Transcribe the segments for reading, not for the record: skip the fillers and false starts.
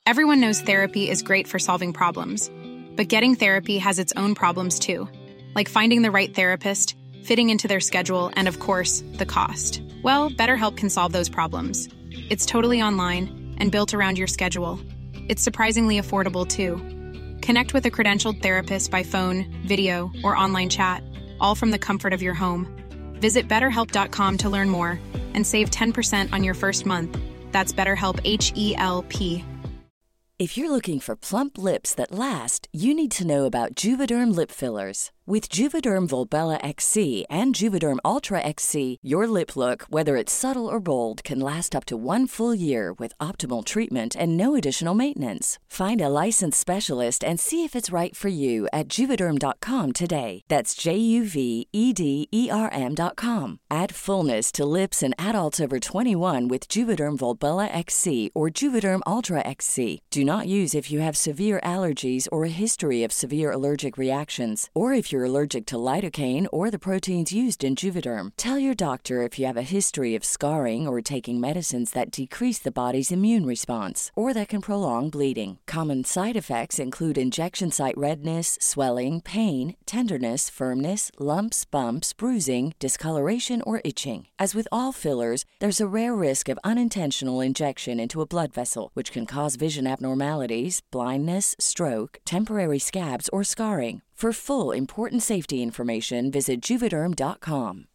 Everyone knows therapy is great for solving problems, but getting therapy has its own problems too, like finding the right therapist, fitting into their schedule, and of course, the cost. Well, BetterHelp can solve those problems. It's totally online and built around your schedule. It's surprisingly affordable too. Connect with a credentialed therapist by phone, video, or online chat, all from the comfort of your home. Visit BetterHelp.com to learn more and save 10% on your first month. That's BetterHelp, H-E-L-P. If you're looking for plump lips that last, you need to know about Juvederm lip fillers. With Juvederm Volbella XC and Juvederm Ultra XC, your lip look, whether it's subtle or bold, can last up to 1 full year with optimal treatment and no additional maintenance. Find a licensed specialist and see if it's right for you at Juvederm.com today. That's Juvederm.com. Add fullness to lips in adults over 21 with Juvederm Volbella XC or Juvederm Ultra XC. Do not use if you have severe allergies or a history of severe allergic reactions, or if you're allergic to lidocaine or the proteins used in Juvederm. Tell your doctor if you have a history of scarring or taking medicines that decrease the body's immune response or that can prolong bleeding. Common side effects include injection site redness, swelling, pain, tenderness, firmness, lumps, bumps, bruising, discoloration, or itching. As with all fillers, there's a rare risk of unintentional injection into a blood vessel, which can cause vision abnormalities, blindness, stroke, temporary scabs, or scarring. For full important safety information, visit Juvederm.com.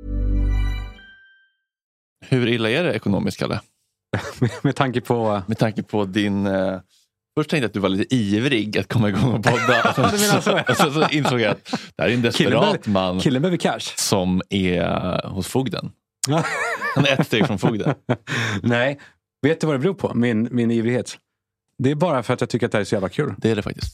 Hur illa är det ekonomiskt, Kalle? med tanke på din... Först tänkte jag att du var lite ivrig att komma igång och podda. så insåg jag att det här är en desperat man. Killen behöver cash. Som är hos fogden. Han är ett steg från fogden. Nej, vet du vad det beror på? Min ivrighet. Det är bara för att jag tycker att det här är så jävla kul. Det är det faktiskt.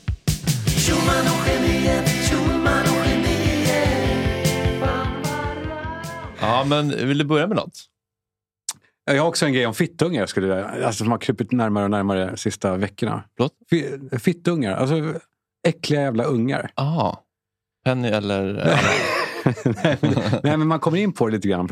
Ja, men vill du börja med något? Jag har också en grej om fittungar som har krypit närmare och närmare de sista veckorna. Fittungar, alltså äckliga jävla ungar. Penny eller... nej, men man kommer in på det lite grann. För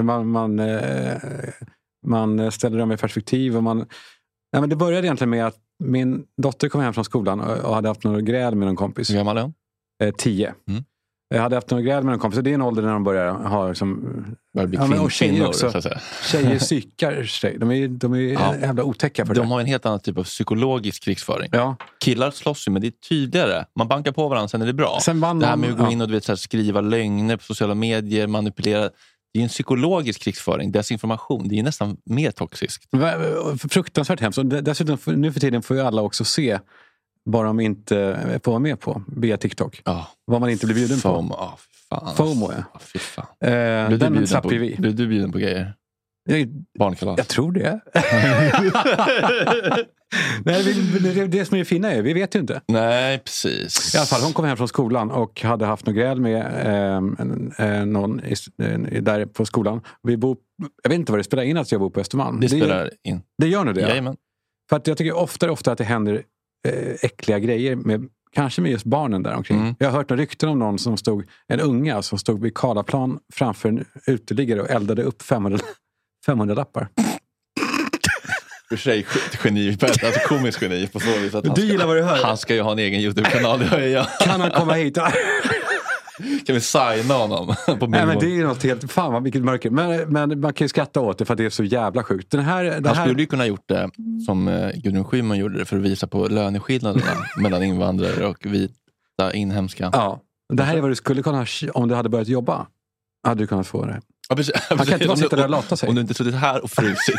man ställer dem i perspektiv. Och nej, men det började egentligen med att min dotter kom hem från skolan och hade haft några gräl med någon kompis. Hur gammal är hon? 10. Jag hade haft några gräl med någon kompis. Det är en ålder när de börjar ha liksom... och tjejer också. Så att säga. Tjejer psykar sig. De är jävla otäcka för det. De har en helt annan typ av psykologisk krigsföring. Ja. Killar slåss ju, men det är tydligare. Man bankar på varandra, sen är det bra. Det här med att gå in och så här, skriva lögner på sociala medier, manipulera. Det är en psykologisk krigsföring, desinformation. Det är nästan mer toxiskt. Fruktansvärt hemskt. Och dessutom, nu för tiden får ju alla också se bara de inte får vara med på via TikTok. Vad man inte blir bjuden på. FOMO, ja. Fy fan. Blev du bjuden på grejer? Barnkalas. Jag tror det. Nej, det som är fina är, vi vet ju inte. Nej, precis. I alla fall, hon kom hem från skolan och hade haft något gräl med någon där på skolan. Jag vet inte vad det spelar in att jag bor på Östermalm. Det spelar in. Det gör nog det. Jajamän. För att jag tycker ofta att det händer äckliga grejer kanske med just barnen där omkring. Jag har hört några rykten om någon en unga som stod vid Karlaplan framför en uteliggare och eldade upp 500-lappar. För sig geni, alltså komiskt geni på så vis att du gillar vad du hör. Han ska ju ha en egen YouTube-kanal, det hör jag. Kan han komma hit? Kan vi signa honom på Nej, men det är ju något helt... Fan vad vilket mörker. Men man kan ju skratta åt det för att det är så jävla sjukt. Han skulle ju kunna gjort det som Gudrun Schyman gjorde det för att visa på löneskillnaderna mellan invandrare och vita inhemska. Ja, det här är vad du skulle kunna... Om du hade börjat jobba hade du kunnat få det. Ja, precis. Han kan inte bara sitta där och lata sig. Om du inte suttit här och frusit.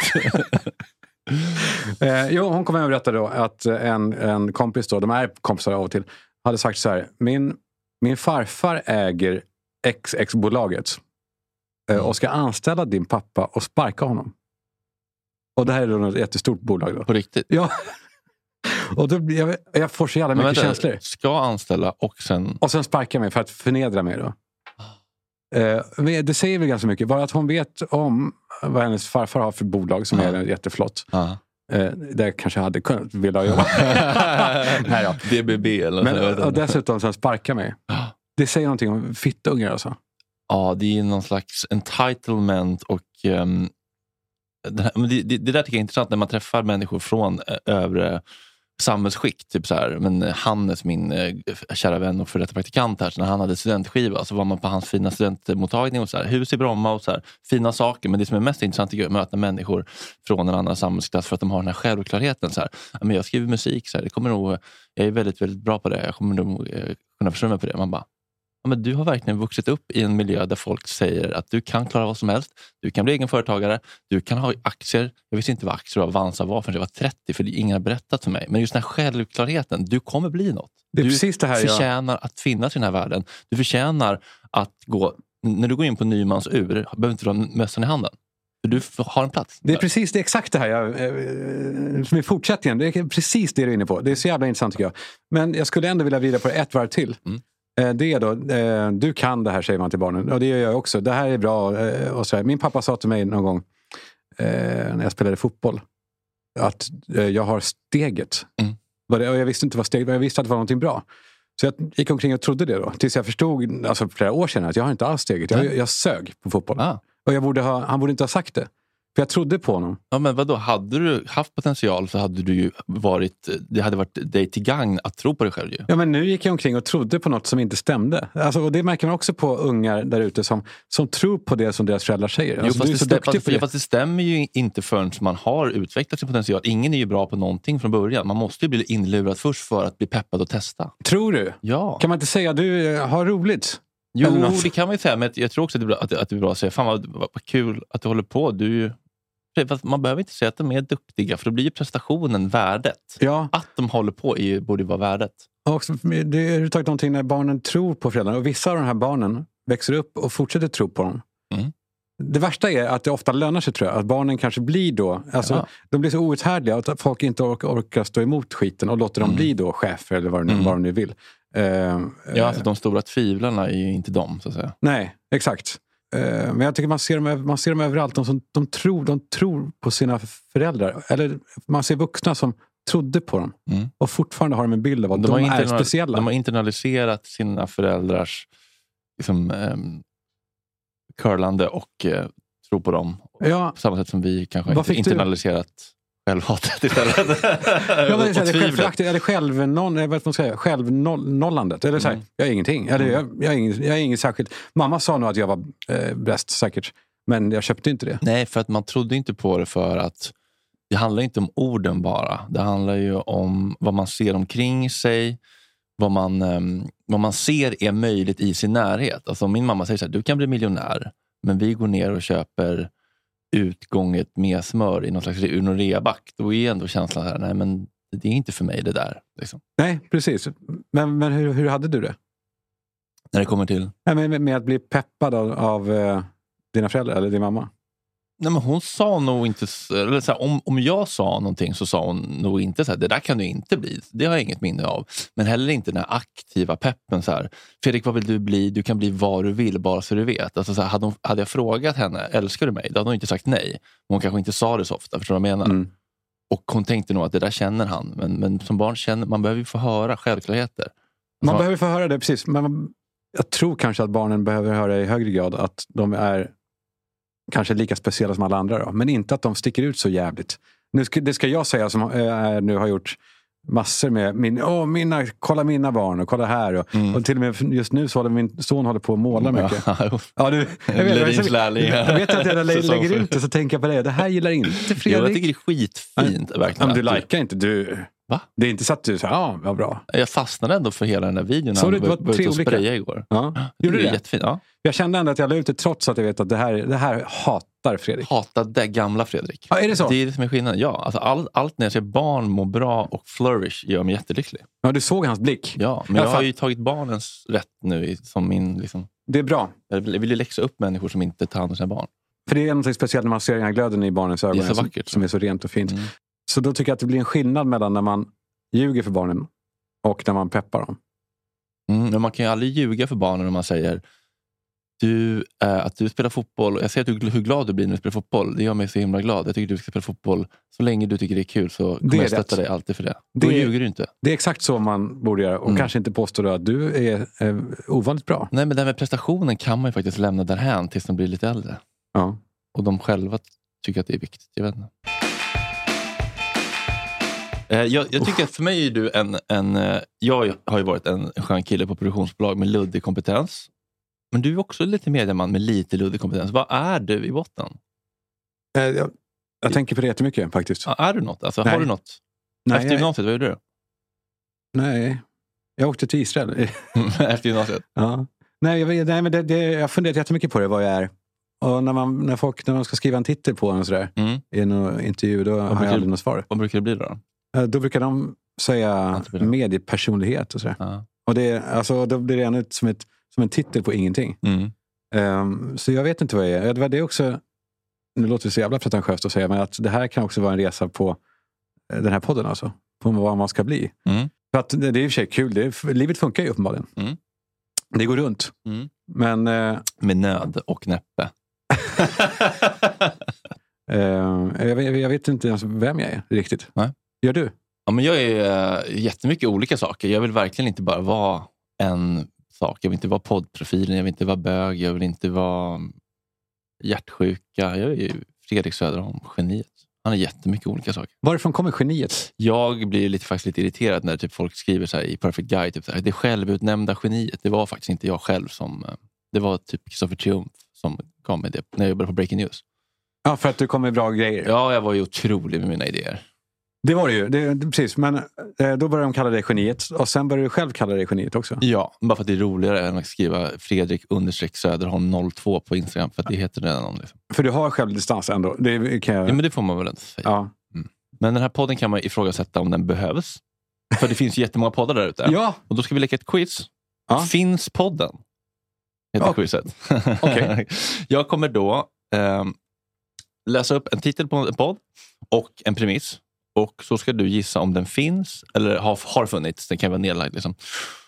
Hon kom hem och berättade då att en kompis då, de är kompisar av och till, hade sagt så här: min farfar äger XX-bolaget och ska anställa din pappa och sparka honom. Och det här är då ett jättestort bolag då. På riktigt? Ja. Och då, jag får så jävla mycket känslor. Ska anställa och sen sparka mig för att förnedra mig då. Det säger väl ganska mycket. Bara att hon vet om vad hennes farfar har för bolag som är jätteflott. Det kanske hade kunnat vilja jobba. Nej då. DBB eller och dessutom sen sparka mig. Det säger någonting om fittungar alltså. Ja, det är någon slags entitlement och det där tycker jag är intressant när man träffar människor från övre samhällsskikt. Typ så här, men Hannes, min kära vän och före detta praktikant här, så när han hade studentskiva så var man på hans fina studentmottagning och så här, hus i Bromma och så här, fina saker. Men det som är mest intressant är att möta människor från en annan samhällsklass för att de har den här självklarheten. Så här, men jag skriver musik, så här, jag är väldigt, väldigt bra på det. Jag kommer nog kunna försörja mig på det. Man bara, men du har verkligen vuxit upp i en miljö där folk säger att du kan klara vad som helst. Du kan bli egen företagare. Du kan ha aktier. Jag visste inte vad aktier och Avanza var förrän jag var 30. För ingen har berättat för mig. Men just den här självklarheten. Du kommer bli något. Det är precis det här, du förtjänar att finnas i den här världen. Du förtjänar att gå... När du går in på Nymans ur behöver inte du ha mössan i handen. För du har en plats. Det är precis det, exakt det här som är fortsättningen. Det är precis det du är inne på. Det är så jävla intressant tycker jag. Men jag skulle ändå vilja vrida på ett varv till. Det är då, du kan det här, säger man till barnen. Och det gör jag också. Det här är bra. Och så här. Min pappa sa till mig någon gång när jag spelade fotboll att jag har steget. Och jag visste inte vad steget var. Jag visste att det var någonting bra. Så jag gick omkring och trodde det då. Tills jag förstod, alltså flera år sedan, att jag har inte alls steget. Jag sög på fotboll. Och han borde inte ha sagt det. För jag trodde på honom. Ja, men vadå? Hade du haft potential så hade du ju det hade varit dig till gagn att tro på dig själv ju. Ja, men nu gick jag omkring och trodde på något som inte stämde. Alltså, och det märker man också på ungar där ute som tror på det som deras föräldrar säger. Alltså, jo, fast det stämmer ju inte förrän man har utvecklat sin potential. Ingen är ju bra på någonting från början. Man måste ju bli inlurad först för att bli peppad och testa. Tror du? Ja. Kan man inte säga att du har roligt? Jo, det kan man ju säga. Men jag tror också att det är bra att säga, fan vad kul att du håller på. Man behöver inte säga att de är duktiga, för då blir ju prestationen värdet. Ja. Att de håller på borde vara värdet. Och det är överhuvudtaget någonting när barnen tror på föräldrarna. Och vissa av de här barnen växer upp och fortsätter tro på dem. Det värsta är att det ofta lönar sig, tror jag. Att barnen kanske blir då... Alltså, de blir så outhärdliga att folk inte orkar stå emot skiten och låter dem bli då chefer eller vad de nu vill. Alltså de stora tvivlarna är ju inte de, så att säga. Nej, exakt. Men jag tycker man ser dem överallt. De tror på sina föräldrar. Eller man ser vuxna som trodde på dem. Och fortfarande har de en bild av att de är speciella. De har internaliserat sina föräldrars liksom, curlande och tror på dem. Ja. På samma sätt som vi kanske inte internaliserat självhatet istället. Ja, men eller självnollandet. Eller så här, jag är ingenting. Eller jag är ingen särskilt. Mamma sa nog att jag var bäst säkert. Men jag köpte inte det. Nej, för att man trodde inte på det, för att det handlar inte om orden bara. Det handlar ju om vad man ser omkring sig. Vad man ser är möjligt i sin närhet. Alltså min mamma säger så här, du kan bli miljonär. Men vi går ner och köper utgånget med smör i någon slags reaback. Då är ändå känslan här, nej men det är inte för mig det där. Liksom. Nej, precis. Men hur hade du det? När det kommer till? Nej, med att bli peppad av dina föräldrar eller din mamma? Nej, men hon sa nog inte, eller så här, om jag sa någonting så sa hon nog inte så här, det där kan du inte bli. Det har jag inget minne av. Men heller inte den här aktiva peppen så här, Fredrik, vad vill du bli? Du kan bli vad du vill, bara så du vet. Alltså så här, hade jag frågat henne, älskar du mig? Då hade hon inte sagt nej. Hon kanske inte sa det så ofta, förstår du vad jag menar? Och hon tänkte nog att det där känner han. Men som barn känner, man behöver ju få höra självklarheter. Man behöver få höra det, precis. Men jag tror kanske att barnen behöver höra i högre grad att de är kanske lika speciella som alla andra då. Men inte att de sticker ut så jävligt. Det ska jag säga som nu har gjort massor med kolla mina barn och kolla här. Och till och med just nu så håller min son på att måla mycket. Ja, jag vet att jag lägger ut det, så tänker jag på det. Det här gillar inte Fredrik. Jag tycker det är skitfint. Verkligen. Men du likar inte, du... Va? Det är inte så att du säger, vad bra. Jag fastnade ändå för hela den här videon. Så det var 3 olika spraya igår. Ja. Gjorde det? Jättefint, ja. Jag kände ändå att jag la ut det trots att jag vet att det här hatar Fredrik. Hatar det gamla Fredrik. Ja, är det så? Det är det som är skillnaden. Ja, alltså allt när jag ser barn må bra och flourish gör mig jättelycklig. Ja, du såg hans blick. Ja, men jag har ju tagit barnens rätt nu som min... Liksom, det är bra. Jag vill ju läxa upp människor som inte tar hand om sina barn. För det är något speciellt när man ser den här glöden i barnens ögon. Det är så vackert. Som är så rent och fint. Så då tycker jag att det blir en skillnad mellan när man ljuger för barnen och när man peppar dem. Men man kan ju aldrig ljuga för barnen om man säger att du spelar fotboll. Jag säger hur glad du blir när du spelar fotboll. Det gör mig så himla glad. Jag tycker du ska spela fotboll. Så länge du tycker det är kul så kommer jag stötta dig alltid för det. Då ljuger du inte. Det är exakt så man borde göra. Och kanske inte påstå att du är ovanligt bra. Nej, men det här med prestationen kan man ju faktiskt lämna därhän tills de blir lite äldre. Ja. Och de själva tycker att det är viktigt. Jag vet inte. Jag tycker att för mig är du jag har ju varit en skön kille på produktionsbolag med luddig kompetens. Men du är också lite medieman med lite luddig kompetens. Vad är du i botten? Jag tänker på det jättemycket faktiskt. Är du något? Alltså, har du något? Nej, efter gymnasiet, vad är du? Nej, jag åkte till Israel. Efter gymnasiet? Ja. Nej, men jag funderar jättemycket på det, vad jag är. Och när man ska skriva en titel på en sådär, i en intervju, då har jag aldrig något svar. Vad brukar det bli då? Då brukar de säga mediepersonlighet och sådär. Och då blir det ännu som en titel på ingenting. Så jag vet inte vad jag är. Det var det också, nu låter det så jävla pretentiöst att säga, men att det här kan också vara en resa på den här podden alltså. På vad man ska bli. För att det är i och för sig kul. Livet funkar ju uppenbarligen. Det går runt. Men, med nöd och näppe. jag vet inte ens vem jag är riktigt. Nej. Gör du? Ja, men jag är jättemycket olika saker. Jag vill verkligen inte bara vara en sak. Jag vill inte vara poddprofilen. Jag vill inte vara bög. Jag vill inte vara hjärtsjuka. Jag är ju Fredrik Söderholm, geniet. Han är jättemycket olika saker. Varifrån kommer geniet? Jag blir faktiskt lite irriterad när typ folk skriver så här i Perfect Guide. Typ så här, det självutnämnda geniet. Det var faktiskt inte jag själv som... Det var typ Kristoffer Triumf som gav mig det när jag jobbade på Breaking News. Ja, för att du kom med bra grejer. Ja, jag var ju otrolig med mina idéer. Det var det ju, precis. Men då började de kalla dig geniet. Och sen började du själv kalla dig geniet också. Ja, bara för att det är roligare än att skriva Fredrik_Söderholm02 på Instagram. För att det heter redan någon. Liksom. För du har självdistans ändå. Ja, men det får man väl inte säga. Ja. Men den här podden kan man ifrågasätta om den behövs. För det finns jättemånga poddar där ute. Ja. Och då ska vi leka ett quiz. Ja. Finns podden? Heter quizet. Okay. Jag kommer då läsa upp en titel på en podd och en premiss. Och så ska du gissa om den finns eller har funnits. Den kan vara nedlagd liksom.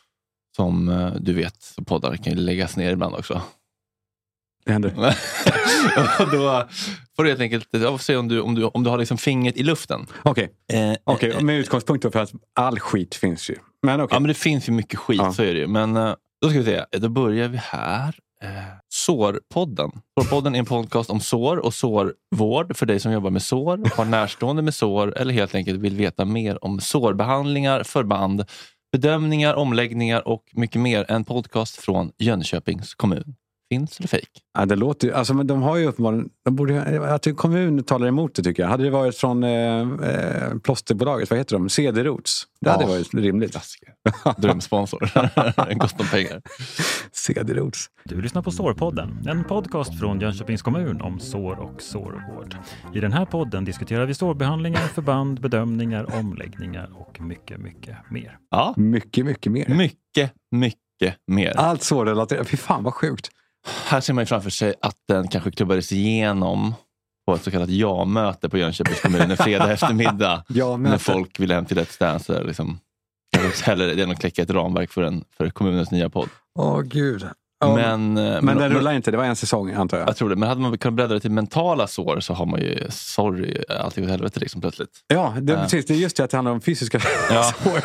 Som du vet, så poddar kan ju läggas ner ibland också. Det händer. Och då får du helt enkelt se om du har liksom fingret i luften. Okej, med utgångspunkt då för att all skit finns ju. Men okay. Ja, men det finns ju mycket skit, så är det ju. Men då ska vi se, då börjar vi här. Sårpodden. Sårpodden är en podcast om sår och sårvård för dig som jobbar med sår, har närstående med sår eller helt enkelt vill veta mer om sårbehandlingar, förband, bedömningar, omläggningar och mycket mer. En podcast från Jönköpings kommun. Finns eller fake? Ja, det låter alltså, men de har ju uppenbarligen, att kommun talar emot det tycker jag. Hade det varit från plåsterbolaget, vad heter de? Cederots. Det hade varit rimligt. Drömsponsor. En kostar pengar. Cederots. Du lyssnar på Sårpodden, en podcast från Jönköpings kommun om sår och sårvård. I den här podden diskuterar vi sårbehandlingar, förband, bedömningar, omläggningar och mycket, mycket mer. Ja, mycket mer. Mycket mer. Allt sårrelaterat. Fy fan vad sjukt. Här ser man ju framför sig att den kanske klubbades igenom på ett så kallat ja-möte på Jönköpings kommun en fredag eftermiddag. När folk vill hem till Let's Dance. Liksom. Eller det är att kläcka ett ramverk för kommunens nya podd. Åh gud. Men den rullar inte, det var en säsong antar jag. Jag tror det, men hade man kunnat bläddra till mentala sår så har man ju allting åt helvete liksom plötsligt. Ja, precis, det är just det att det handlar om fysiska sår.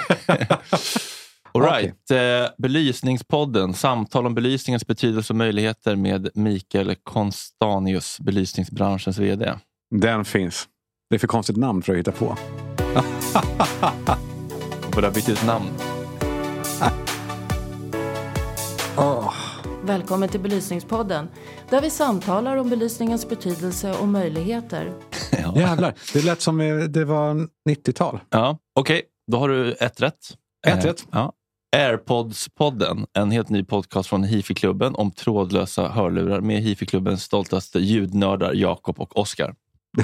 All right. Belysningspodden. Samtal om belysningens betydelse och möjligheter med Mikael Konstanius, belysningsbranschens vd. Den finns. Det är för konstigt namn för att hitta på. Borde ha bytt ut namn. Välkommen till Belysningspodden, där vi samtalar om belysningens betydelse och möjligheter. Ja. Jävlar, det lät som det var 90-tal. Ja, okej. Då har du ett rätt. Ett rätt? Ja. Airpods-podden, en helt ny podcast från Hifi-klubben om trådlösa hörlurar med Hifi-klubbens stoltaste ljudnördar Jakob och Oskar.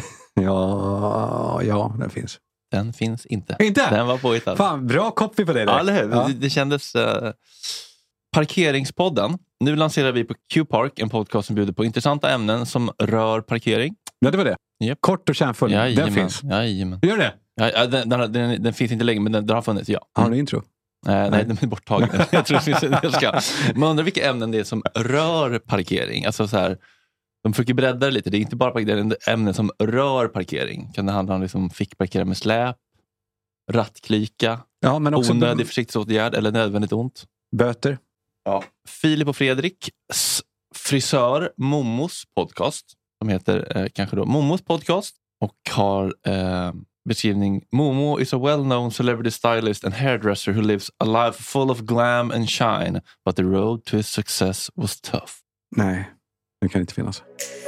Ja, den finns. Den finns inte. Inte? Den var påhittad. Fan, bra copy på det där. Ja, eller hur? Ja. Det kändes... Parkeringspodden. Nu lanserar vi på Q-Park en podcast som bjuder på intressanta ämnen som rör parkering. Ja, det var det. Yep. Kort och kärnfull. Den finns. Jajamän. Gör det? Ja, den finns inte längre, men den har funnits, ja. Har du intro? Nej, den är borttagen. Jag tror det finns en del ska. Man undrar vilka ämnen det är som rör parkering. Alltså så här, de försöker bredda det lite. Det är inte bara parkering, det är ämnen som rör parkering. Kan det handla om liksom fick parkera med släp, rattklyka, onödig försiktighetsåtgärd eller nödvändigt ont. Böter. Ja. Filip och Fredrik, frisör, Momos podcast. som heter kanske då Momos podcast och har beskrivning: Momo is a well-known celebrity stylist and hairdresser who lives a life full of glam and shine, but the road to his success was tough. Nej, det kan inte finnas.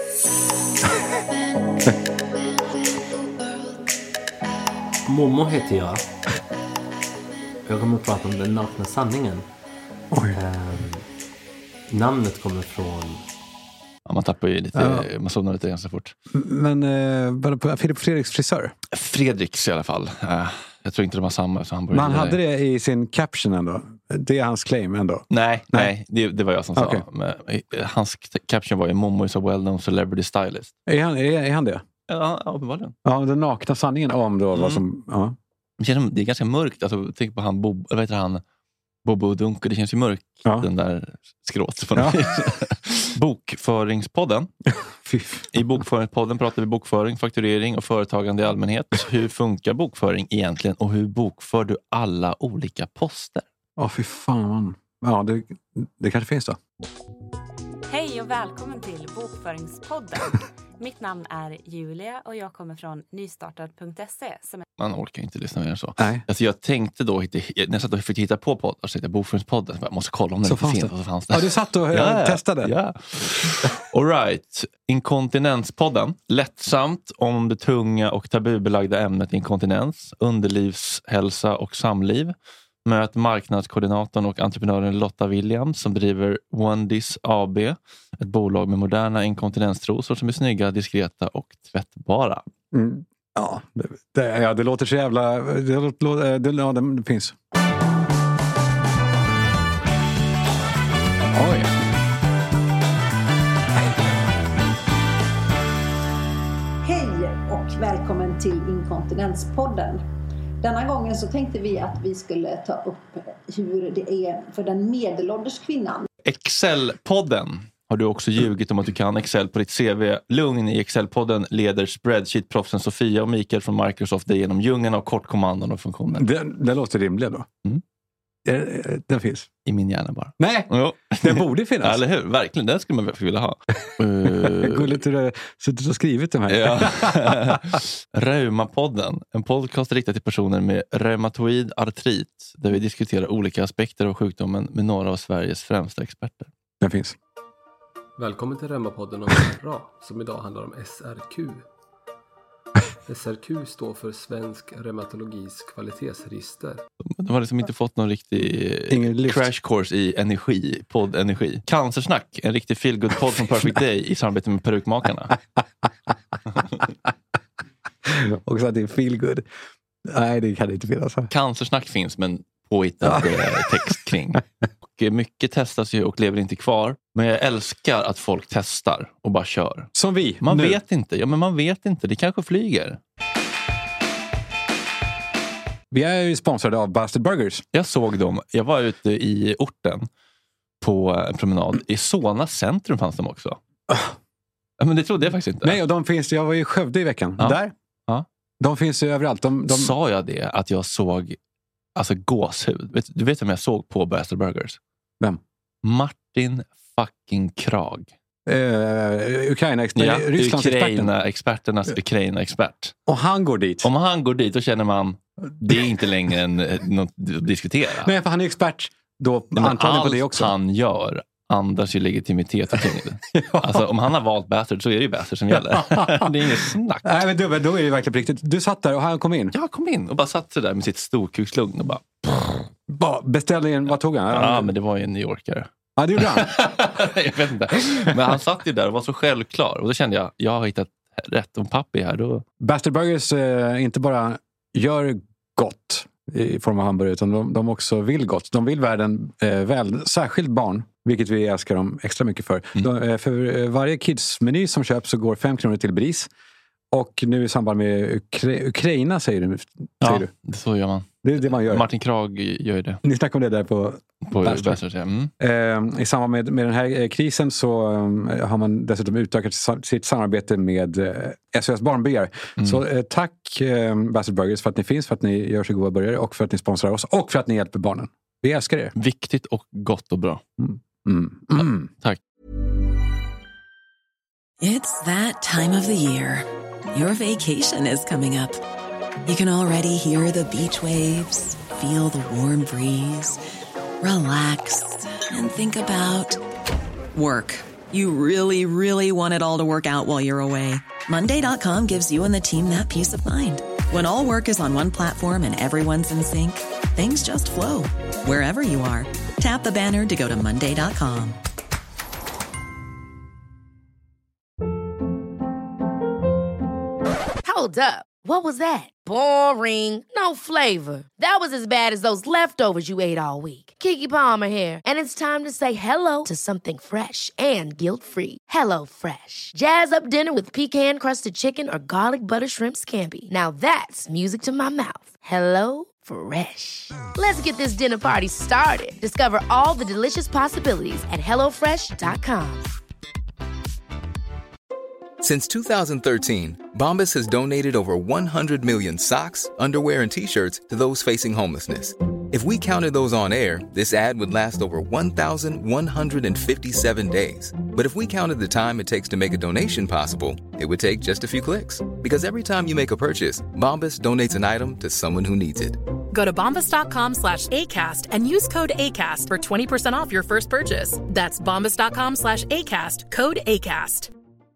Momo heter jag. Jag kommer att prata om den nakna sanningen. Oj. Namnet kommer från... Ja, man tappar ju lite, man somnar lite ganska fort. Men Filip Fredriks frisör? Fredriks i alla fall. Jag tror inte de har samma. Så han man hade det i sin caption ändå. Det är hans claim ändå. Nej, det var jag som sa. Men, hans caption var ju Momo is a well-known celebrity stylist. Är han det? Ja, uppenbarligen. Ja, den nakna sanningen om då vad som... Ja. Det är ganska mörkt. Alltså, tänk på han Bobo Dunker. Det känns ju mörkt, den där skråt. Bokföringspodden. I Bokföringspodden pratar vi bokföring, fakturering och företagande i allmänhet. Hur funkar bokföring egentligen och hur bokför du alla olika poster? Fy fan. Ja, det kanske finns då. Hej och välkommen till Bokföringspodden. Mitt namn är Julia och jag kommer från nystartad.se. Man orkar inte lyssna mer än så. Nej. Alltså jag tänkte då, när jag satt och fick hitta på poddar, så jag Bokföringspodden. Jag måste kolla om den fanns det. Ja, du satt och testade? Ja. All right. Inkontinenspodden. Lättsamt om det tunga och tabubelagda ämnet inkontinens, underlivshälsa och samliv. Möt marknadskoordinatorn och entreprenören Lotta Williams som driver OneDish AB. Ett bolag med moderna inkontinenstrosor som är snygga, diskreta och tvättbara. Mm. Ja, det låter så jävla... Det finns. Oj. Hej och välkommen till Inkontinenspodden. Denna gången så tänkte vi att vi skulle ta upp hur det är för den medelålders kvinnan. Excel-podden. Har du också ljugit om att du kan Excel på ditt CV? Lugn, i Excel-podden leder spreadsheet-proffsen Sofia och Mikael från Microsoft dig genom djungeln av kortkommandon och funktioner. Det låter rimligt då. Mm. Den finns. I min hjärna bara. Nej, den borde finnas. Ja, eller hur? Verkligen, den skulle man vilja ha. Gulligt hur du suttit och skrivit de här. Ja. Reumapodden. En podcast riktad till personer med reumatoid artrit. Där vi diskuterar olika aspekter av sjukdomen med några av Sveriges främsta experter. Den finns. Välkommen till Reumapodden om RA, som idag handlar om SRQ. SRQ står för Svensk Reumatologis kvalitetsregister. De har liksom inte fått någon riktig crash course i energi, poddenergi. Cancersnack, en riktig feel-good-podd från Perfect Day i samarbete med perukmakarna. Och så att det är feel-good. Nej, det kan det inte finnas. Cancersnack finns, men påhittad text kring. Och mycket testas ju och lever inte kvar. Men jag älskar att folk testar och bara kör. Som vi. Man vet inte. Ja, men man vet inte. Det kanske flyger. Vi är ju sponsrade av Bastard Burgers. Jag såg dem. Jag var ute i orten på en promenad. I Solna centrum fanns de också. Men det trodde jag faktiskt inte. Nej, och de finns. Jag var i Skövde i veckan. Ja. Där. Ja. De finns ju överallt. Sa jag det? Att jag såg gåshud. Du vet vem jag såg på Bastard Burgers? Vem? Martin fucking Krag. Ukraina-experternas Ukraina-expert. Och han går dit. Om han går dit, då känner man det är inte längre något att diskutera. Nej, för han är expert. Då antagligen på det också. Allt han gör andas ju legitimitet och tyngd. Alltså, om han har valt Bastard så är det ju Bastard som gäller. Det är inget snack. Nej, men då är det verkligen på riktigt. Du satt där och han kom in. Ja, kom in och bara satt sig där med sitt storkukslugn och bara... Beställningen, vad tog han? Ja, men det var ju en New Yorkare. Ja, det gjorde han. Jag vet inte. Men han satt ju där och var så självklar. Och då kände jag har hittat rätt om pappi här. Då... Bastard Burgers inte bara gör gott i form av hamburgare, utan de också vill gott. De vill världen väl, särskilt barn, vilket vi älskar dem extra mycket för. För varje kidsmeny som köps så går 5 kronor till BRIS. Och nu i samband med Ukraina säger du. Så gör man. Det är det man gör. Martin Krag gör ju det. Ni snackar om det där på Bastard. I samband med den här krisen så har man dessutom utökat sitt samarbete med SOS Barnbyar. Så tack Bastard Burgers för att ni finns, för att ni gör så goda burgare och för att ni sponsrar oss och för att ni hjälper barnen. Vi älskar er. Viktigt och gott och bra. Tack. It's that time of the year. Your vacation is coming up. You can already hear the beach waves, feel the warm breeze, relax, and think about work. You really, really want it all to work out while you're away. Monday.com gives you and the team that peace of mind. When all work is on one platform and everyone's in sync, things just flow. Wherever you are, tap the banner to go to Monday.com. Hold up. What was that? Boring. No flavor. That was as bad as those leftovers you ate all week. Keke Palmer here, and it's time to say hello to something fresh and guilt-free. Hello Fresh. Jazz up dinner with pecan-crusted chicken or garlic butter shrimp scampi. Now that's music to my mouth. Hello Fresh. Let's get this dinner party started. Discover all the delicious possibilities at hellofresh.com. Since 2013, Bombas has donated over 100 million socks, underwear, and T-shirts to those facing homelessness. If we counted those on air, this ad would last over 1,157 days. But if we counted the time it takes to make a donation possible, it would take just a few clicks. Because every time you make a purchase, Bombas donates an item to someone who needs it. Go to bombas.com/ACAST and use code ACAST for 20% off your first purchase. That's bombas.com/ACAST, code ACAST.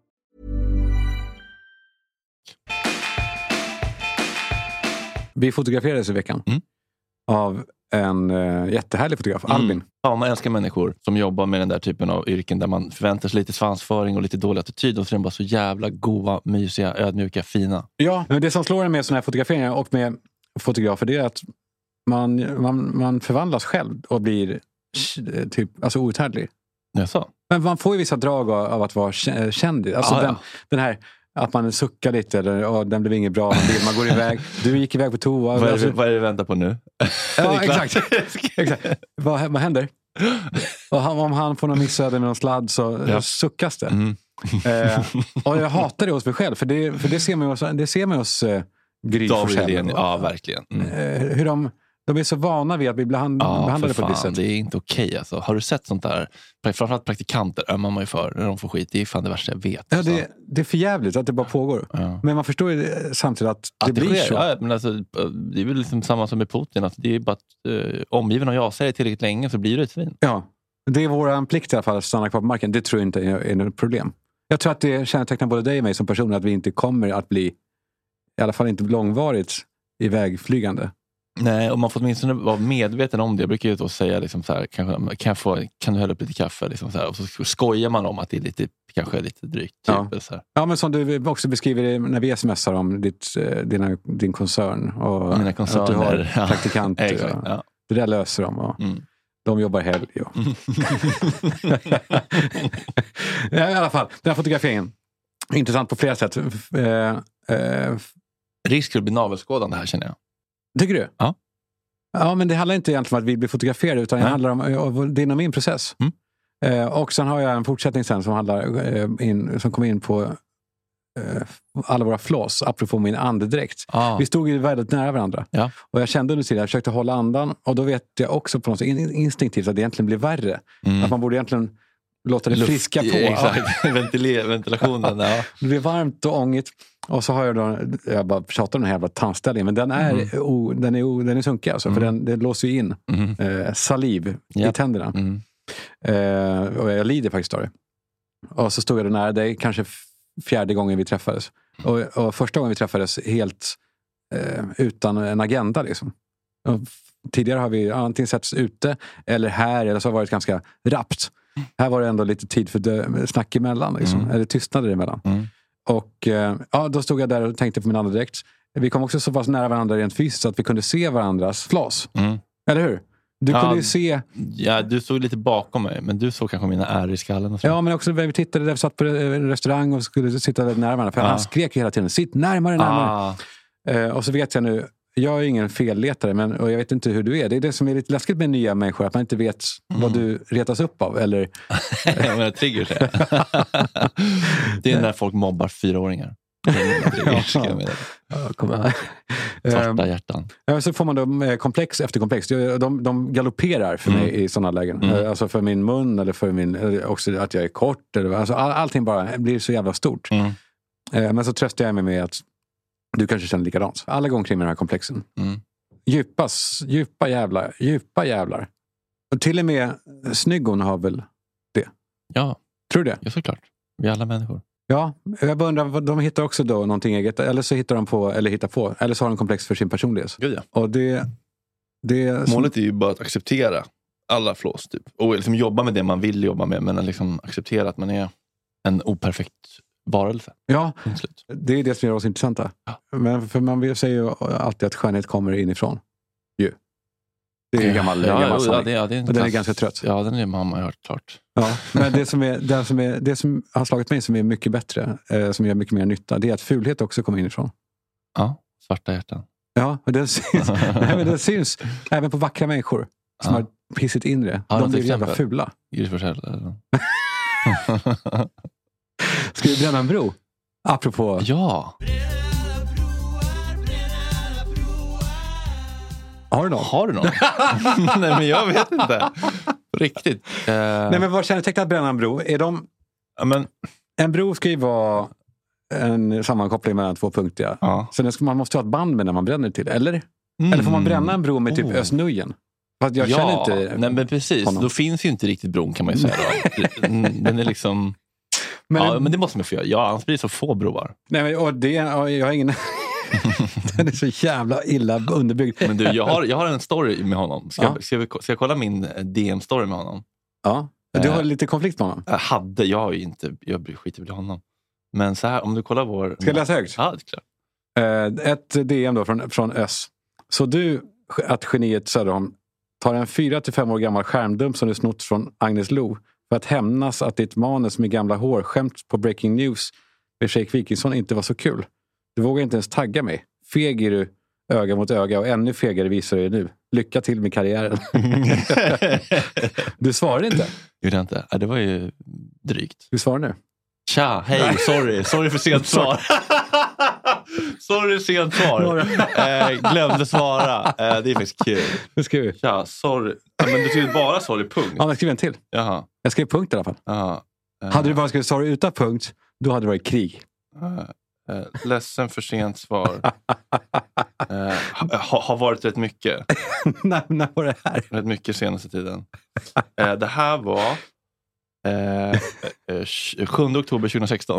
Vi fotograferades i veckan av en jättehärlig fotograf, Albin. Ja, man älskar människor som jobbar med den där typen av yrken där man förväntar sig lite svansföring och lite dålig attityd och så är de bara så jävla goa, mysiga, ödmjuka, fina. Ja, men det som slår en med såna här fotograferingar och med fotografer, det är att man förvandlas själv och blir alltså outhärdlig. Jaså? Men man får ju vissa drag av att vara kändis. Alltså den här att man suckar lite eller den blev inget bra, man går iväg. Du gick iväg på toa. Vad är det vi väntar på nu? Ja, exakt. Vad händer? Om han får någon missöde med någon sladd så suckas det. Och jag hatar det hos mig själv för det ser man hos Gry Forssell. Ja, verkligen. Hur de är så vana vid att bli behandlade på det sättet. Det är inte okej alltså. Har du sett sånt där? Framförallt praktikanter ömmar man ju för när de får skit. Det är fan det värsta jag vet. Ja, det är för jävligt att det bara pågår. Ja. Men man förstår ju samtidigt att det blir sker. Så. Ja, men alltså, det är väl liksom samma som med Putin. Alltså, det är bara att omgiven och jag säger tillräckligt länge så blir det ett svin. Ja, det är vår plikt i alla fall att stanna kvar på marken. Det tror jag inte är något problem. Jag tror att det kännetecknar både dig och mig som person att vi inte kommer att bli, i alla fall inte långvarigt, ivägflygande. Nej, och man får åtminstone vara medveten om det. Jag brukar ju då säga liksom så här, kan du hälla upp lite kaffe liksom så här, och så skojar man om att det är lite, kanske lite drygt. Typ, så här. Ja, men som du också beskriver när vi smsar om din koncern och mina koncerner, att du har praktikant. Ja. Det där löser de och de jobbar helg. Ja. I alla fall, den här fotograferingen intressant på flera sätt. Risk för att bli navelskådande här känner jag. Tycker du? Ja. Ja, men det handlar inte egentligen om att vi blir fotograferade utan det handlar om det är nog min process. Och sen har jag en fortsättning sen som som kommer in på alla våra flås, apropå min andedräkt. Vi stod ju väldigt nära varandra. Ja. Och jag kände under tiden, jag försökte hålla andan och då vet jag också på något sätt instinktivt att det egentligen blir värre. Att man borde egentligen låta det friska på. Exakt, ventilationen. Ja. Det blir varmt och ångigt. Och så har jag bara tjatat om den här jävla tandställningen. Men den är sunkig alltså. För den låser ju in saliv i tänderna. Och jag lider faktiskt av det. Och så stod jag nära dig, kanske 4:e gången vi träffades. Och första gången vi träffades helt utan en agenda liksom. Och tidigare har vi antingen setts ute eller här, eller så har det varit ganska rappt. Här var det ändå lite tid för snack emellan liksom. Eller tystnader emellan. Och då stod jag där och tänkte på min andedräkt. Vi kom också så pass nära varandra rent fysiskt så att vi kunde se varandras flas. Eller hur? Du kunde ju se... Ja, du stod lite bakom mig, men du såg kanske mina ärr i skallen. Och så. Ja, men också när vi tittade där vi satt på en restaurang och skulle sitta där nära varandra. För han skrek hela tiden, sitt närmare. Och så vet jag nu, jag är ingen felletare, och jag vet inte hur du är. Det är det som är lite läskigt med nya människor, att man inte vet vad du retas upp av. Eller... Jag menar, trigger sig. Det är när folk mobbar 4-åringar. Svarta hjärtan. Så får man då komplex efter komplex. De galopperar för mig i sådana lägen. Alltså för min mun eller för eller också att jag är kort. Alltså allting bara blir så jävla stort. Men så tröstar jag mig med att du kanske känner likadant. Alla går omkring med den här komplexen. Djupa jävlar. Och till och med snyggon har väl det? Ja. Tror du det? Ja, såklart. Vi är alla människor. Ja, jag bara undrar, de hittar också då någonting eget. Eller så hittar de på, eller hittar på. Eller så har de komplex för sin personlighet. Gud, ja. Och målet är ju bara att acceptera alla flås typ. Och liksom jobba med det man vill jobba med. Men liksom acceptera att man är en operfekt varelse. Ja, det är det som gör oss intressanta. Ja. Men för man säger ju alltid att skönhet kommer inifrån. Det är ju gammal sanning. Och den är ganska trött. Ja, den är mamma hört klart. Ja, men det som har slagit mig som är mycket bättre, som gör mycket mer nytta, det är att fulhet också kommer inifrån. Ja, svarta hjärtan. Ja, och den syns även på vackra människor som har pissigt inre. De blir jävla fula. Ska vi bränna en bro? Apropå... Ja. Har du någon? Nej, men jag vet inte. Riktigt. Nej, men vad kännetecknar att bränna en bro? En bro ska ju vara en sammankoppling mellan två punkter. Ja. Så man måste ha ett band med när man bränner till, eller? Eller får man bränna en bro med typ Östnujen? Fast jag känner inte... Nej, men precis. Honom. Då finns ju inte riktigt bron, kan man ju säga. Den är liksom... Men det måste man få göra. Ja, annars blir det så få broar. Nej, men, jag har ingen... Den är så jävla illa underbyggd. Men du, jag har en story med honom. Ska jag kolla min DM-story med honom? Ja, du har lite konflikt med honom. Jag skiter väl i honom. Men så här, om du kollar vår... Ska jag läsa högt? Ja, det är klart. Ett DM då från Ös. Så du, att geniet Söderholm, tar en 4-5 år gammal skärmdump som du snott från Agnes Lo för att hämnas att ditt manus med gamla hårskämt på Breaking News med Shake Wikingsson inte var så kul. Du vågar inte ens tagga mig. Feg är du öga mot öga och ännu fegare visar du nu. Lycka till med karriären. Du svarar inte. Gjorde jag inte. Det var ju drygt. Du svarar nu. Tja, hej, sorry för sent svar. Sorry, sent svar. Glömde svara. Det är faktiskt kul. Hur skriver du? Tja, sorry. Men du skriver bara sorry, punkt. Ja, jag skriver en till. Jaha. Jag skrev punkt i alla fall. Hade du bara skrivit sorry utan punkt, då hade det varit krig. Ledsen för sent svar. Har varit rätt mycket. När var det här? Rätt mycket senaste tiden. Det här var 7 oktober 2016.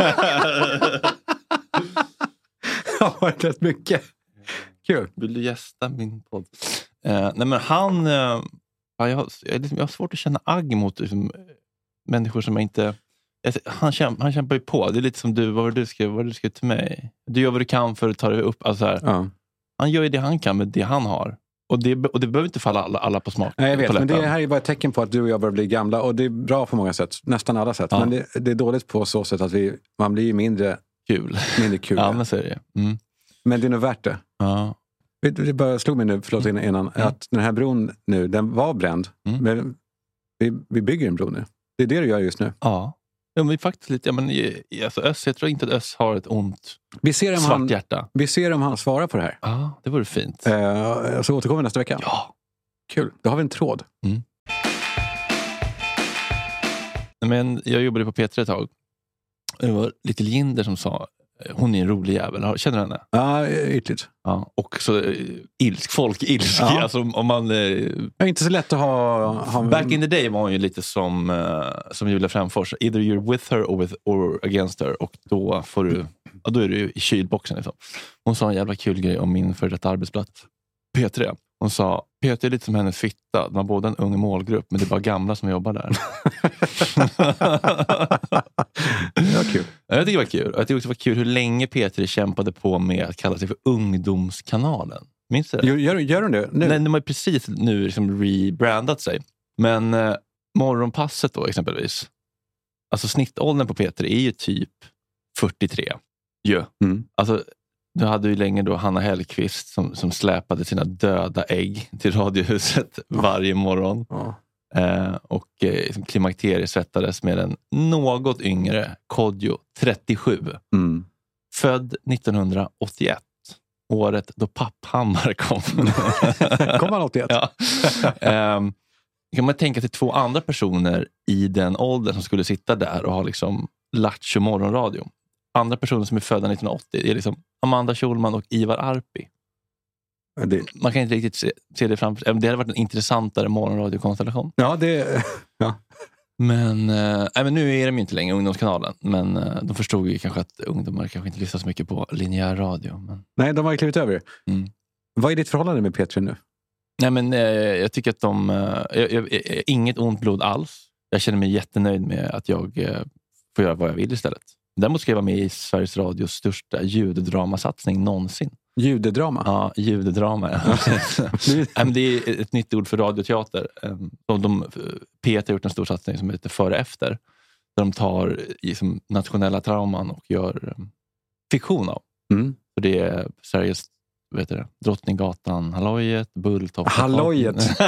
Har varit rätt mycket. Kul. Vill du gästa min podd? Nej, men han... jag har svårt att känna agg mot liksom, människor som jag inte... Han kämpar ju på. Det är lite som du, vad du skrev till mig. Du gör vad du kan för att ta det upp. Alltså här, han gör ju det han kan med det han har. Och det behöver inte falla alla på smak. Nej, jag vet, men det här är bara ett tecken på att du och jag börjar bli gamla. Och det är bra på många sätt. Nästan alla sätt. Ja. Men det är dåligt på så sätt att man blir mindre kul. Ja, men så är det. Men det är nog värt det. Ja. Det bara slog mig nu, innan, att den här bron nu, den var bränd. Men vi bygger en bro nu. Det är det du gör just nu. Ja. Ja, men faktiskt lite, jag tror inte att Öss har ett ont svart hjärta. Vi ser om han svarar på det här. Ja, det vore fint. Så återkommer vi nästa vecka. Ja. Kul, då har vi en tråd. Men jag jobbade på P3 ett tag. Det var lite Linder som sa, hon är en rolig jävel. Känner du henne? Ja, ytligt. Ja, och så folk ilsk. Ja. Alltså, om man, inte så lätt att ha... Back in the day var hon ju lite som Julia Frändfors. Either you're with her or against her. Och då får du... Ja, då är du i kylboxen. Liksom. Hon sa en jävla kul grej om min för detta arbetsplats. P3. Hon sa, P3 är lite som hennes fitta. De har både en ung målgrupp, men det är bara gamla som jobbar där. Det var kul. Jag tycker det var kul. Jag tycker också det var kul hur länge P3 kämpade på med att kalla sig för ungdomskanalen. Minns du det? Gör de det nu? Nej, de har precis nu liksom rebrandat sig. Men morgonpasset då exempelvis. Alltså snittåldern på P3 är ju typ 43. Ja. Alltså... Du hade ju länge då Hanna Hellqvist som släpade sina döda ägg till Radiohuset varje morgon. Och klimakteriesvettades med en något yngre Kodjo 37. Född 1981. Året då Papphammar kom. Kom han 81? Ja. Kan man tänka till 2 andra personer i den åldern som skulle sitta där och ha liksom lattjo morgonradio. Andra personer som är födda 1980 är liksom Amanda Schulman och Ivar Arpi. Man kan inte riktigt se det framför. Det hade varit en intressantare morgonradiokonstellation. Ja. Men nu är de ju inte längre ungdomskanalen. Men de förstod ju kanske att ungdomar kanske inte lyssnar så mycket på linjär radio. Men... Nej, de har ju klivit över. Vad är ditt förhållande med P3 nu? Nej, men jag tycker att inget ont blod alls. Jag känner mig jättenöjd med att jag får göra vad jag vill istället. Däremot ska jag vara med i Sveriges Radios största ljuddramasatsning någonsin. Ljudedrama? Ja, ljudedrama. Det är ett nytt ord för radioteater. Peter har gjort en stor satsning som heter Före Efter. Där de tar liksom, nationella trauman och gör fiktion av. Så det är Sveriges Drottninggatan, Hallojet, Bulltofta. Hallojet!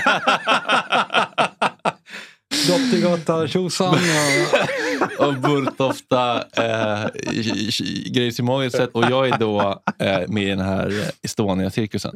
Drottninggatan, Tjosan och Bulltofta, Grejs i Mågelset. Och jag är då med i den här Estonia-cirkusen.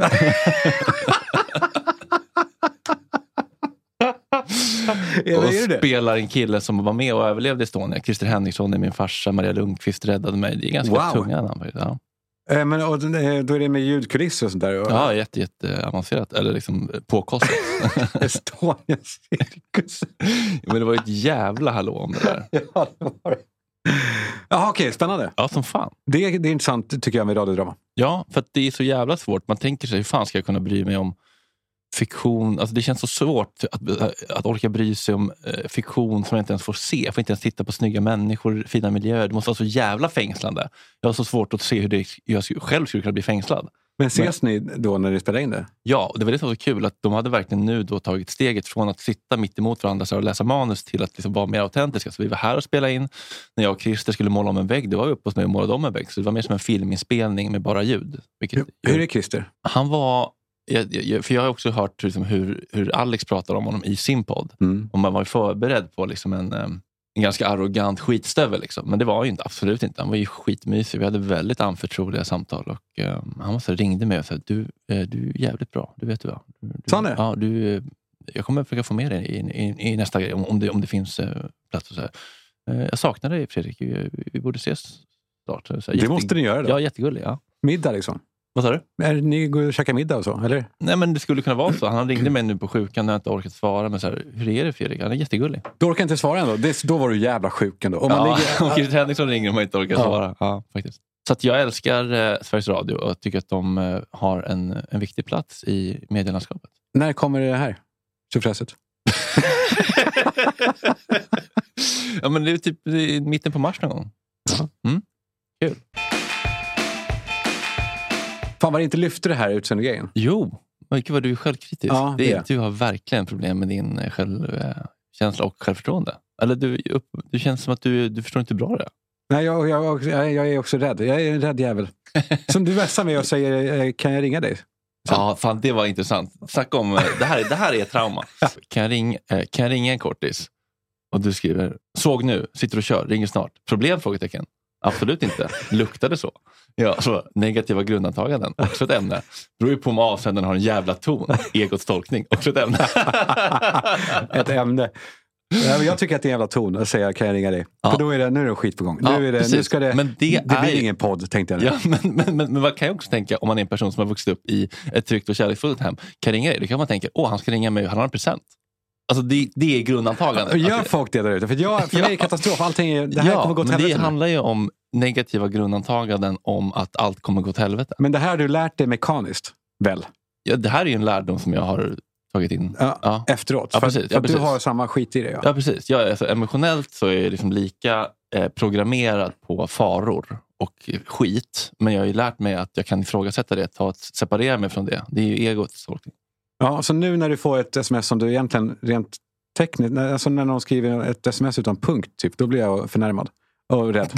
Och spelar en kille som var med och överlevde Estonia. Christer Henriksson är min farsa, Maria Lundqvist räddade mig. Det är ganska tunga namn. Ja. Men då är det med ljudkulisser och sånt där? Ja, jätte avancerat. Eller liksom påkostat. Estonia-cirkus. Men det var ju ett jävla hallå om det där. Ja, det var det. Jaha, okej, spännande. Ja, som fan. Det är intressant tycker jag med radiodrama. Ja, för att det är så jävla svårt. Man tänker sig, hur fan ska jag kunna bry mig om fiktion? Alltså det känns så svårt att orka bry sig om fiktion som jag inte ens får se. Jag får inte ens titta på snygga människor, fina miljöer. Det måste vara så jävla fängslande. Jag har så svårt att se hur jag själv skulle kunna bli fängslad. Men ses ni då när ni spelar in det? Ja, det var det som var så kul att de hade verkligen nu då tagit steget från att sitta mitt emot varandra och läsa manus till att liksom vara mer autentiska. Så vi var här och spelade in. När jag och Christer skulle måla om en vägg, det var vi uppe hos mig och målade om en vägg. Så det var mer som en filminspelning med bara ljud. Hur är Christer? Han var... För jag har också hört liksom hur Alex pratar om honom i sin podd. Och man var ju förberedd på liksom en ganska arrogant skitstövel. Liksom. Men det var ju inte, absolut inte. Han var ju skitmysig. Vi hade väldigt anförtroliga samtal. Och han ringde mig och sa, du är jävligt bra. Du vet du vad. Sa han ja, jag kommer försöka få med dig i nästa grej. Om det finns plats. Och så här. Jag saknar dig, Fredrik. Vi borde ses snart. Det måste ni göra då. Ja, jättegullig. Ja. Middag liksom. Vad sa du? Är ni går och käkar middag och så, eller? Nej, men det skulle kunna vara så. Han ringde mig nu på sjukan när jag inte orkat svara. Men så här, hur är det Fredrik? Han är jättegullig. Du orkar inte svara ändå? Då var du jävla sjuk ändå. Om man och Christer Henriksson ringer och man inte orkar svara. Ja, faktiskt. Så att jag älskar Sveriges Radio och tycker att de har en viktig plats i medielandskapet. När kommer det här? Tjofräset? Ja, men det är typ i mitten på mars någon gång. Kul. Fan, var det inte lyfter det här utseendegrejen? Jo, mycket var du självkritisk. Ja, du har verkligen problem med din självkänsla och självförtroende. Eller du känns som att du förstår inte bra det. Nej, jag är också rädd. Jag är en rädd jävel. Som du vässar mig och säger, kan jag ringa dig? Ja, fan, det var intressant. Snacka om, det här är ett trauma. Kan jag ringa en kortis? Och du skriver, såg nu, sitter och kör, ringer snart. Problem, frågetecken. Absolut inte. Luktade så. Ja, så negativa grundantaganden. Också ett ämne. Beror ju på om avsändaren har en jävla ton. Egots tolkning. Också ett ämne. Ett ämne. Jag tycker att det är en jävla ton att säga, kan jag ringa dig? Ja. För då är det skit på gång. Nu ska det, men det blir ingen podd, tänkte jag. Ja, men vad kan jag också tänka om man är en person som har vuxit upp i ett tryggt och kärleksfullt hem? Kan jag ringa dig? Då kan man tänka, han ska ringa mig och han har en present. Alltså det är grundantagandet. Gör folk det där ute? För mig är det katastrof. Allting det här kommer gå till helvete. Det handlar ju om negativa grundantaganden om att allt kommer gå till helvete. Men det här har du lärt dig mekaniskt, väl? Ja, det här är ju en lärdom som jag har tagit in. Ja. Efteråt. Ja, precis. För du har samma skit i det. Ja, precis. Alltså, emotionellt så är jag liksom lika programmerad på faror och skit. Men jag har ju lärt mig att jag kan ifrågasätta det. Separera mig från det. Det är ju egots tolkning. Ja, så nu när du får ett sms som du egentligen rent tekniskt, alltså när någon skriver ett sms utan punkt typ, då blir jag förnärmad och rädd.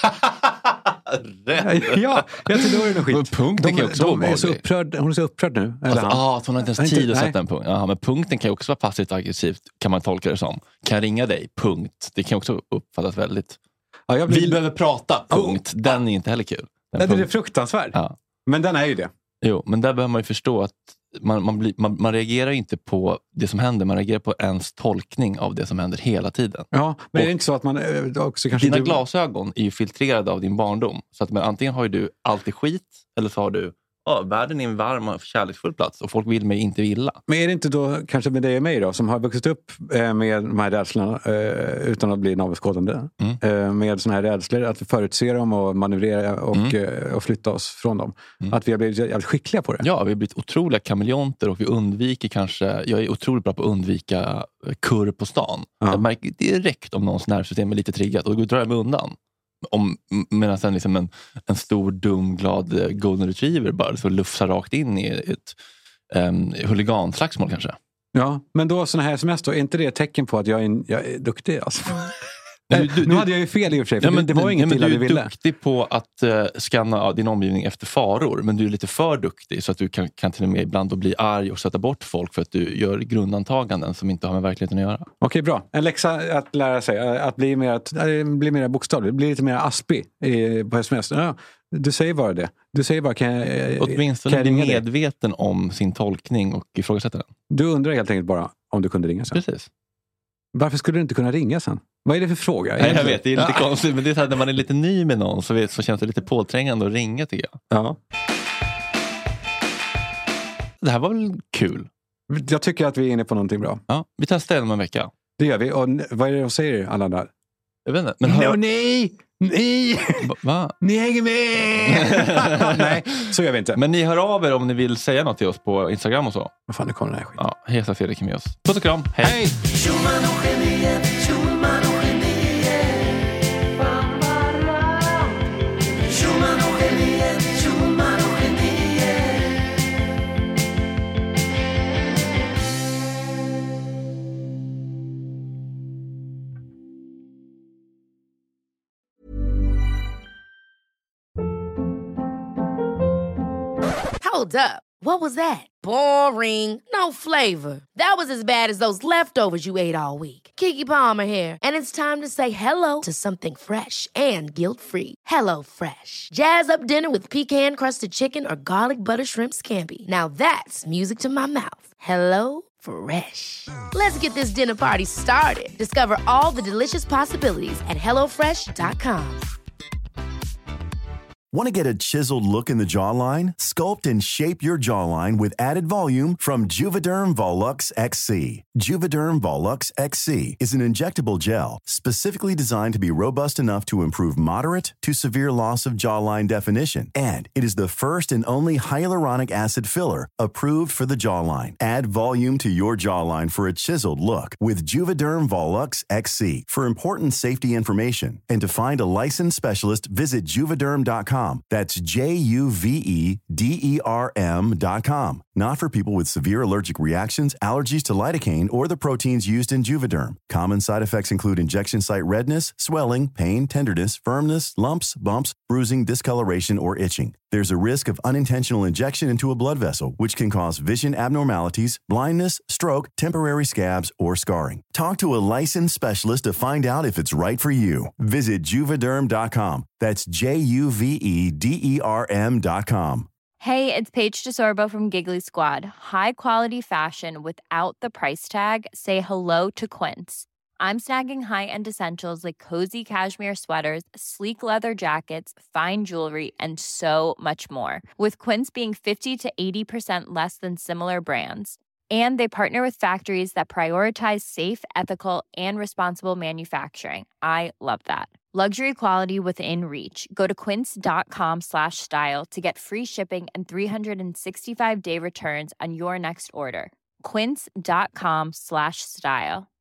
Rädd? Ja, jag tycker då är det skit. Men punkten kan ju också vara hon är så upprörd nu. Att hon har inte ens tid att sätta en punkt. Ja, men punkten kan ju också vara passivt aggressivt, kan man tolka det som. Kan jag ringa dig? Punkt. Det kan också uppfattas väldigt... Ja, Vi behöver prata, punkt. Den är inte heller kul. Den är fruktansvärd. Ja. Men den är ju det. Jo, men där behöver man ju förstå att man reagerar inte på det som händer. Man reagerar på ens tolkning av det som händer hela tiden. Ja, men är det inte så att man också kanske... Dina glasögon är ju filtrerade av din barndom. Så att antingen har ju du alltid skit, eller så har du världen är en varm och kärleksfull plats och folk vill mig inte illa. Men är det inte då kanske med dig och mig då, som har vuxit upp med de här rädslorna utan att bli navelskådande, med såna här rädslor, att vi förutser dem och manövrera och flytta oss från dem. Att vi har blivit jävligt skickliga på det. Ja, vi har blivit otroliga kameleonter och vi undviker jag är otroligt bra på att undvika kurr på stan. Jag märker direkt om någons nervsystem är lite triggat och då drar jag mig undan. Medan sen liksom en stor, dum, glad golden retriever bara så lufsar rakt in i ett huliganslagsmål kanske. Ja, men då såna här sms då, är inte det ett tecken på att jag är duktig alltså? Nu hade jag ju fel i och för sig, för det var inget illa du ville. Du är duktig på att scanna din omgivning efter faror, men du är lite för duktig så att du kan till och med ibland då bli arg och sätta bort folk för att du gör grundantaganden som inte har med verkligheten att göra. Okej, bra. En läxa att lära sig, att bli mer bokstavlig, bli lite mer aspig på sms. Ja, du säger bara det. Du säger bara, åtminstone bli medveten om sin tolkning och ifrågasätta den. Du undrar helt enkelt bara om du kunde ringa sen. Precis. Varför skulle du inte kunna ringa sen? Vad är det för fråga? Nej, jag vet, det är lite konstigt. Men det är så här, när man är lite ny med någon så känns det lite påträngande att ringa, tycker jag. Ja. Det här var väl kul? Jag tycker att vi är inne på någonting bra. Ja, vi testar om en vecka. Det gör vi. Och vad är det de säger alla där? Jag vet inte. Men Nej! Va? Ni hänger med! Nej, så gör vi inte. Men ni hör av er om ni vill säga något till oss på Instagram och så. Vad fan, det kommer den här skiten. Ja, hej, Fredrik med oss. Puss och kram. Hej! Hold up. What was that? Boring. No flavor. That was as bad as those leftovers you ate all week. Keke Palmer here, and it's time to say hello to something fresh and guilt-free. Hello Fresh. Jazz up dinner with pecan-crusted chicken or garlic butter shrimp scampi. Now that's music to my mouth. Hello Fresh. Let's get this dinner party started. Discover all the delicious possibilities at HelloFresh.com. Want to get a chiseled look in the jawline? Sculpt and shape your jawline with added volume from Juvederm Volux XC. Juvederm Volux XC is an injectable gel specifically designed to be robust enough to improve moderate to severe loss of jawline definition. And it is the first and only hyaluronic acid filler approved for the jawline. Add volume to your jawline for a chiseled look with Juvederm Volux XC. For important safety information and to find a licensed specialist, visit Juvederm.com. That's Juvederm.com. Not for people with severe allergic reactions, allergies to lidocaine, or the proteins used in Juvederm. Common side effects include injection site redness, swelling, pain, tenderness, firmness, lumps, bumps, bruising, discoloration, or itching. There's a risk of unintentional injection into a blood vessel, which can cause vision abnormalities, blindness, stroke, temporary scabs, or scarring. Talk to a licensed specialist to find out if it's right for you. Visit Juvederm.com. That's Juvederm.com. Hey, it's Paige DeSorbo from Giggly Squad. High quality fashion without the price tag. Say hello to Quince. I'm snagging high-end essentials like cozy cashmere sweaters, sleek leather jackets, fine jewelry, and so much more. With Quince being 50 to 80% less than similar brands. And they partner with factories that prioritize safe, ethical, and responsible manufacturing. I love that. Luxury quality within reach. Go to quince.com/style to get free shipping and 365-day returns on your next order. Quince.com/style.